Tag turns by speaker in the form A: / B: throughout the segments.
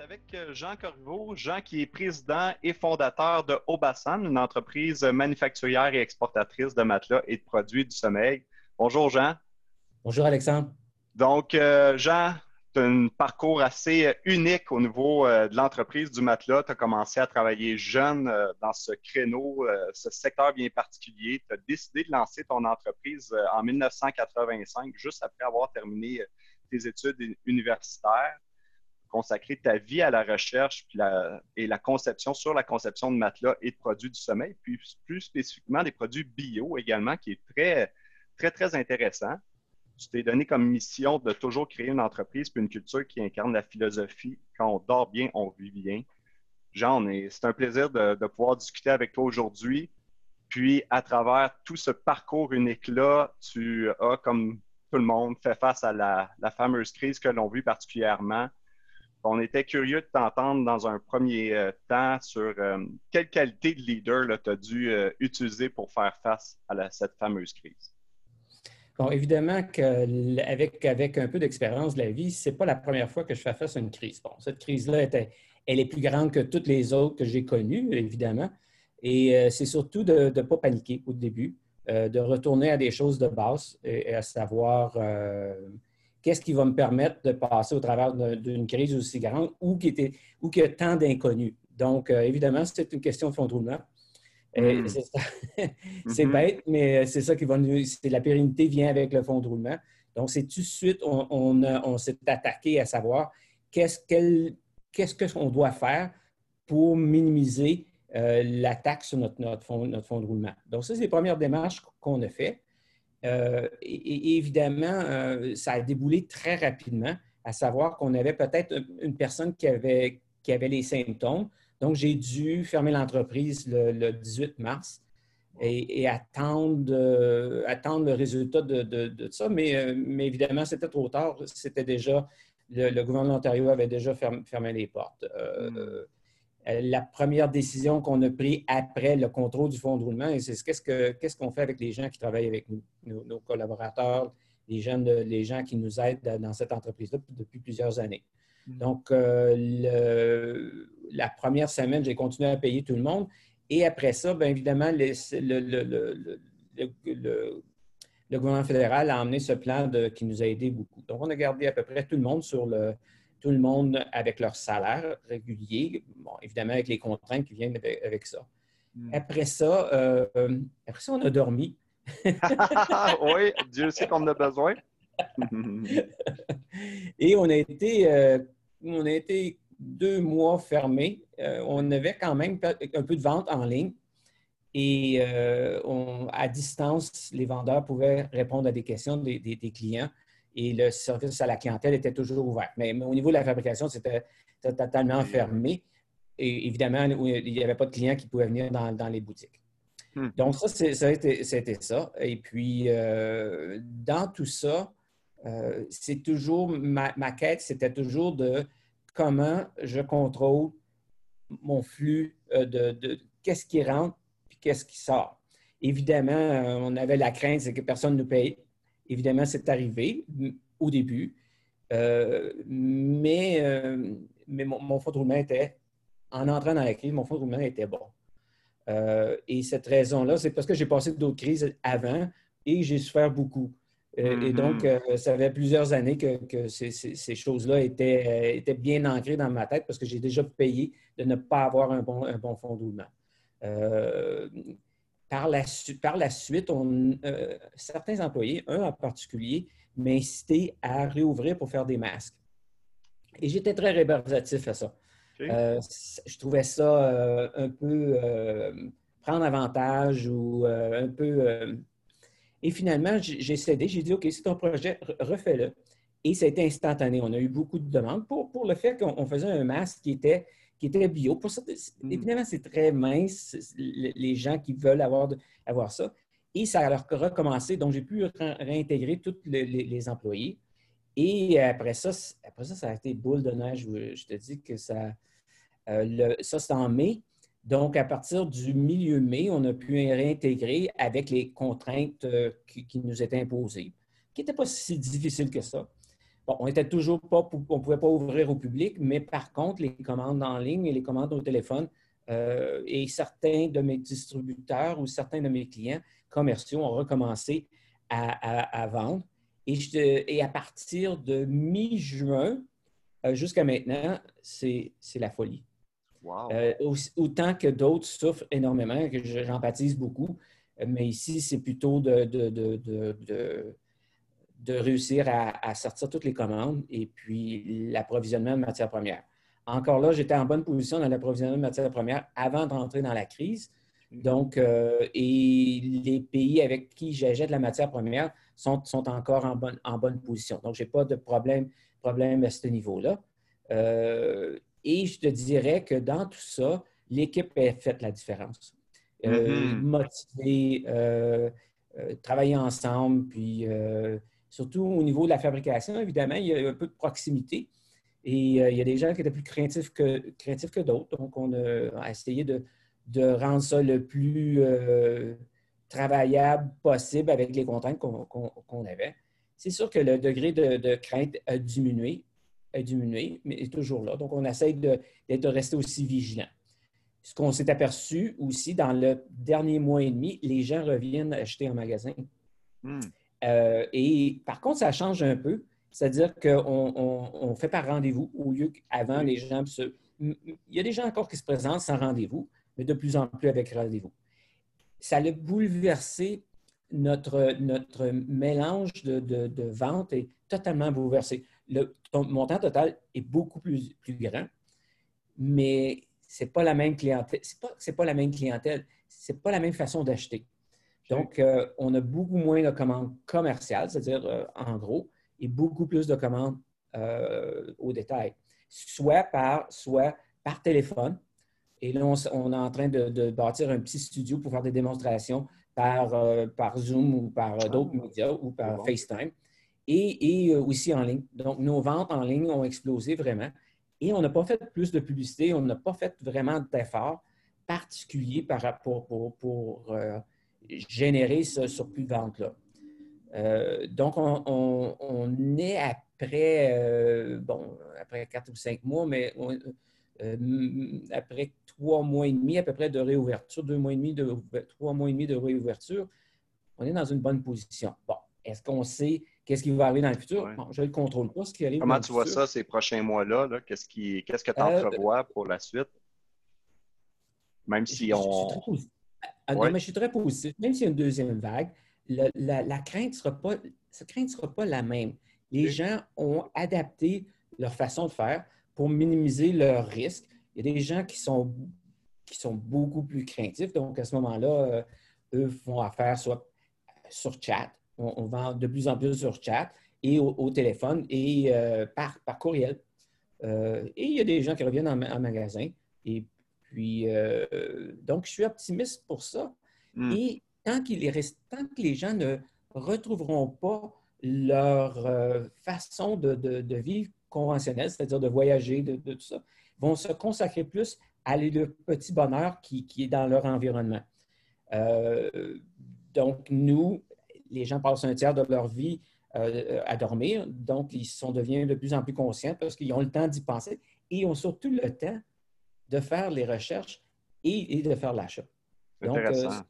A: avec Jean Corriveau. Jean qui est président et fondateur de Obasan, une entreprise manufacturière et exportatrice de matelas et de produits du sommeil. Bonjour Jean.
B: Bonjour Alexandre.
A: Donc Jean, tu as un parcours assez unique au niveau de l'entreprise du matelas. Tu as commencé à travailler jeune dans ce créneau, ce secteur bien particulier. Tu as décidé de lancer ton entreprise en 1985, juste après avoir terminé tes études universitaires, consacrer ta vie à la recherche et la conception sur la conception de matelas et de produits du sommeil, puis plus spécifiquement des produits bio également, qui est très, très, très intéressant. Tu t'es donné comme mission de toujours créer une entreprise puis une culture qui incarne la philosophie. Quand on dort bien, on vit bien. Jean, c'est un plaisir de pouvoir discuter avec toi aujourd'hui. Puis, à travers tout ce parcours unique-là, tu as, comme tout le monde, fait face à la fameuse crise que l'on vit particulièrement. On était curieux de t'entendre dans un premier temps sur quelle qualité de leader tu as dû utiliser pour faire face à cette fameuse crise.
B: Bon, évidemment qu'avec un peu d'expérience de la vie, ce n'est pas la première fois que je fais face à une crise. Bon, cette crise-là, elle est plus grande que toutes les autres que j'ai connues, évidemment. Et c'est surtout de ne pas paniquer au début, de retourner à des choses de base, et à savoir qu'est-ce qui va me permettre de passer au travers d'une crise aussi grande ou qu'il y a tant d'inconnus. Donc, évidemment, c'est une question de fond de roulement. C'est bête, mais c'est ça qui va nous... La pérennité vient avec le fond de roulement. Donc, c'est tout de suite, on s'est attaqué à savoir qu'est-ce qu'on doit faire pour minimiser l'attaque sur notre fond de roulement. Donc, ça, c'est les premières démarches qu'on a faites. Et évidemment, ça a déboulé très rapidement, à savoir qu'on avait peut-être une personne qui avait les symptômes. Donc, j'ai dû fermer l'entreprise le 18 mars et attendre le résultat de ça. Mais évidemment, c'était trop tard. C'était déjà, le gouvernement de l'Ontario avait déjà fermé les portes. La première décision qu'on a prise après le contrôle du fonds de roulement, et c'est qu'est-ce qu'on fait avec les gens qui travaillent avec nous, nos collaborateurs, les gens qui nous aident dans cette entreprise-là depuis plusieurs années. Donc, la première semaine, j'ai continué à payer tout le monde. Et après ça, bien évidemment, le gouvernement fédéral a emmené ce plan qui nous a aidés beaucoup. Donc, on a gardé à peu près tout le monde avec leur salaire régulier, bon, évidemment avec les contraintes qui viennent avec ça. Après ça, on a dormi.
A: Oui, Dieu sait qu'on en a besoin.
B: Et on a été 2 mois fermés. On avait quand même un peu de vente en ligne. Et à distance, les vendeurs pouvaient répondre à des questions des clients. Et le service à la clientèle était toujours ouvert. Mais au niveau de la fabrication, c'était totalement fermé. Et évidemment, il n'y avait pas de clients qui pouvaient venir dans les boutiques. Donc, c'était ça. Et puis, dans tout ça, c'est toujours, ma quête, c'était toujours de comment je contrôle mon flux de qu'est-ce qui rentre et qu'est-ce qui sort. Évidemment, on avait la crainte, c'est que personne ne nous paye. Évidemment, c'est arrivé au début, mais mon fonds de roulement était, en entrant dans la crise, mon fonds de roulement était bon. Et cette raison-là, c'est parce que j'ai passé d'autres crises avant et j'ai souffert beaucoup. Et donc, ça fait plusieurs années que ces choses-là étaient bien ancrées dans ma tête parce que j'ai déjà payé de ne pas avoir un bon fonds de roulement. Par la suite, certains employés, un en particulier, m'ont incité à réouvrir pour faire des masques. Et j'étais très rébarbatif à ça. Okay. Je trouvais ça un peu prendre avantage ou un peu... Et finalement, j'ai cédé. J'ai dit, OK, c'est ton projet, refais-le. Et ça a été instantané. On a eu beaucoup de demandes pour le fait qu'on faisait un masque qui était bio. Pour ça, évidemment, c'est très mince, les gens qui veulent avoir ça. Et ça a recommencé. Donc, j'ai pu réintégrer tous les employés. Et après ça, ça a été boule de neige. Je te dis que ça c'est en mai. Donc, à partir du milieu mai, on a pu réintégrer avec les contraintes qui nous étaient imposées, qui n'étaient pas si difficiles que ça. bon, on était toujours pas, on ne pouvait pas ouvrir au public, mais par contre, les commandes en ligne et les commandes au téléphone et certains de mes distributeurs ou certains de mes clients commerciaux ont recommencé à vendre. Et à partir de mi-juin jusqu'à maintenant, c'est la folie.
A: Wow.
B: Autant que d'autres souffrent énormément, que j'empathise beaucoup, mais ici, c'est plutôt de réussir à sortir toutes les commandes et puis l'approvisionnement de matières premières. Encore là, j'étais en bonne position dans l'approvisionnement de matières premières avant d'entrer dans la crise. Donc, et les pays avec qui j'achète de la matière première sont encore en bonne position. Donc, je n'ai pas de problème à ce niveau-là. Et je te dirais que dans tout ça, l'équipe a fait la différence. Motiver, travailler ensemble, puis surtout au niveau de la fabrication, évidemment, il y a un peu de proximité. Et il y a des gens qui étaient plus craintifs que d'autres. Donc, on a essayé de rendre ça le plus travaillable possible avec les contraintes qu'on avait. C'est sûr que le degré de crainte a diminué, mais est toujours là. Donc, on essaie de rester aussi vigilant. Ce qu'on s'est aperçu aussi dans le dernier mois et demi, les gens reviennent acheter en magasin. Et par contre, ça change un peu. C'est-à-dire qu'on fait par rendez-vous au lieu qu'avant, les gens il y a des gens encore qui se présentent sans rendez-vous, mais de plus en plus avec rendez-vous. Ça a bouleversé notre mélange de vente est totalement bouleversé. Le montant total est beaucoup plus grand, mais ce n'est pas la même clientèle. C'est pas la même clientèle. C'est pas la même façon d'acheter. Donc, on a beaucoup moins de commandes commerciales, c'est-à-dire en gros, et beaucoup plus de commandes au détail, soit par téléphone. Et là, on est en train de bâtir un petit studio pour faire des démonstrations par Zoom ou par d'autres médias ou par FaceTime et aussi en ligne. Donc, nos ventes en ligne ont explosé vraiment et on n'a pas fait plus de publicité, on n'a pas fait vraiment d'efforts particuliers pour générer ce surplus de vente-là. Donc, on est après 4 ou 5 mois, mais après 3 mois et demi à peu près de réouverture, 3 mois et demi de réouverture, on est dans une bonne position. Bon, est-ce qu'on sait qu'est-ce qui va arriver dans le futur? Bon, je ne le contrôle pas, ce qui arrive
A: Comment
B: dans le
A: tu vois
B: futur.
A: ça ces prochains mois-là? Là? Qu'est-ce que tu entrevois pour la suite? Même si
B: Je suis
A: on...
B: très positif. Non, mais je suis très positif. Même s'il y a une deuxième vague, la crainte ne sera pas la même. Les gens ont adapté leur façon de faire pour minimiser leurs risques. Il y a des gens qui sont beaucoup plus craintifs. Donc, à ce moment-là, eux font affaire soit sur chat. On vend de plus en plus sur chat et au téléphone et par courriel. Et il y a des gens qui reviennent en magasin. Et puis, donc, je suis optimiste pour ça. Et tant que les gens ne retrouveront pas leur façon de vivre conventionnelle, c'est-à-dire de voyager, de tout ça, vont se consacrer plus à le petit bonheur qui est dans leur environnement. Donc, nous, les gens passent un tiers de leur vie à dormir, donc ils deviennent de plus en plus conscients parce qu'ils ont le temps d'y penser et ils ont surtout le temps de faire les recherches et de faire l'achat. Donc,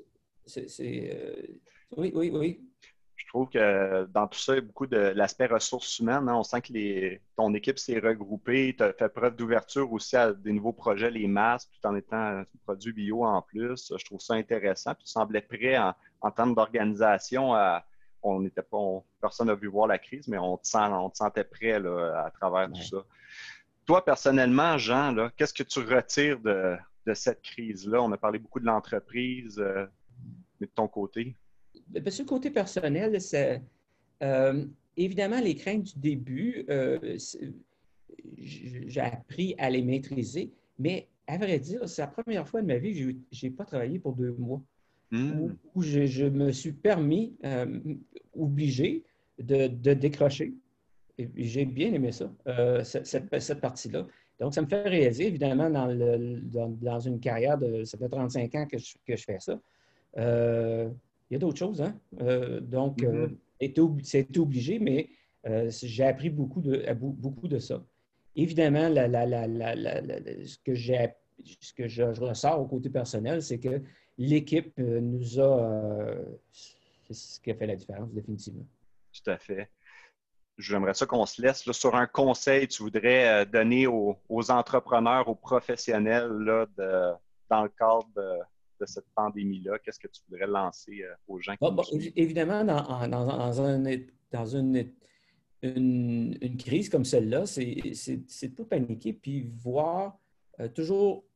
B: oui.
A: Je trouve que dans tout ça, il y a beaucoup de l'aspect ressources humaines. Hein. On sent que ton équipe s'est regroupée. Tu as fait preuve d'ouverture aussi à des nouveaux projets, les masques, tout en étant un produit bio en plus. Je trouve ça intéressant. Puis tu semblais prêt en termes d'organisation. Personne n'a vu voir la crise, mais on te sentait prêt là, à travers tout ça. Toi, personnellement, Jean, là, qu'est-ce que tu retires de cette crise-là? On a parlé beaucoup de l'entreprise, mais de ton côté?
B: Sur le côté personnel, évidemment, les craintes du début, j'ai appris à les maîtriser, mais à vrai dire, c'est la première fois de ma vie que je n'ai pas travaillé pour 2 mois, où je me suis permis, obligé, de décrocher. Et j'ai bien aimé ça, cette partie-là. Donc, ça me fait réaliser, évidemment, dans une carrière ça fait 35 ans que je fais ça. Il y a d'autres choses, hein? Donc, c'est obligé, mais J'ai appris beaucoup de ça. Évidemment, ce que je ressors au côté personnel, c'est que l'équipe nous a... c'est ce qui a fait la différence, définitivement.
A: Tout à fait. J'aimerais ça qu'on se laisse là, sur un conseil que tu voudrais donner aux entrepreneurs, aux professionnels là, dans le cadre de cette pandémie-là. Qu'est-ce que tu voudrais lancer aux gens qui nous suivent?
B: Évidemment, dans une crise comme celle-là, c'est de ne pas paniquer puis voir toujours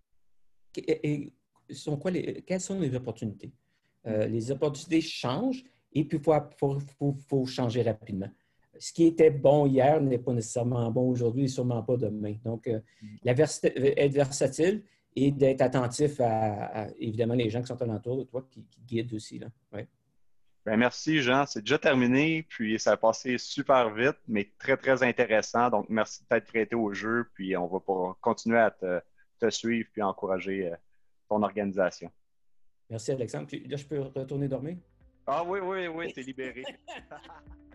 B: quelles sont les opportunités. Les opportunités changent et puis il faut changer rapidement. Ce qui était bon hier n'est pas nécessairement bon aujourd'hui et sûrement pas demain. Donc, être versatile et d'être attentif évidemment, les gens qui sont alentour de toi, qui guident aussi. Là. Ouais.
A: Bien, merci, Jean. C'est déjà terminé, puis ça a passé super vite, mais très, très intéressant. Donc, merci de t'être prêté au jeu, puis on va continuer à te suivre puis encourager ton organisation.
B: Merci, Alexandre. Puis là, je peux retourner dormir?
A: Ah oui, oui, oui, t'es libéré.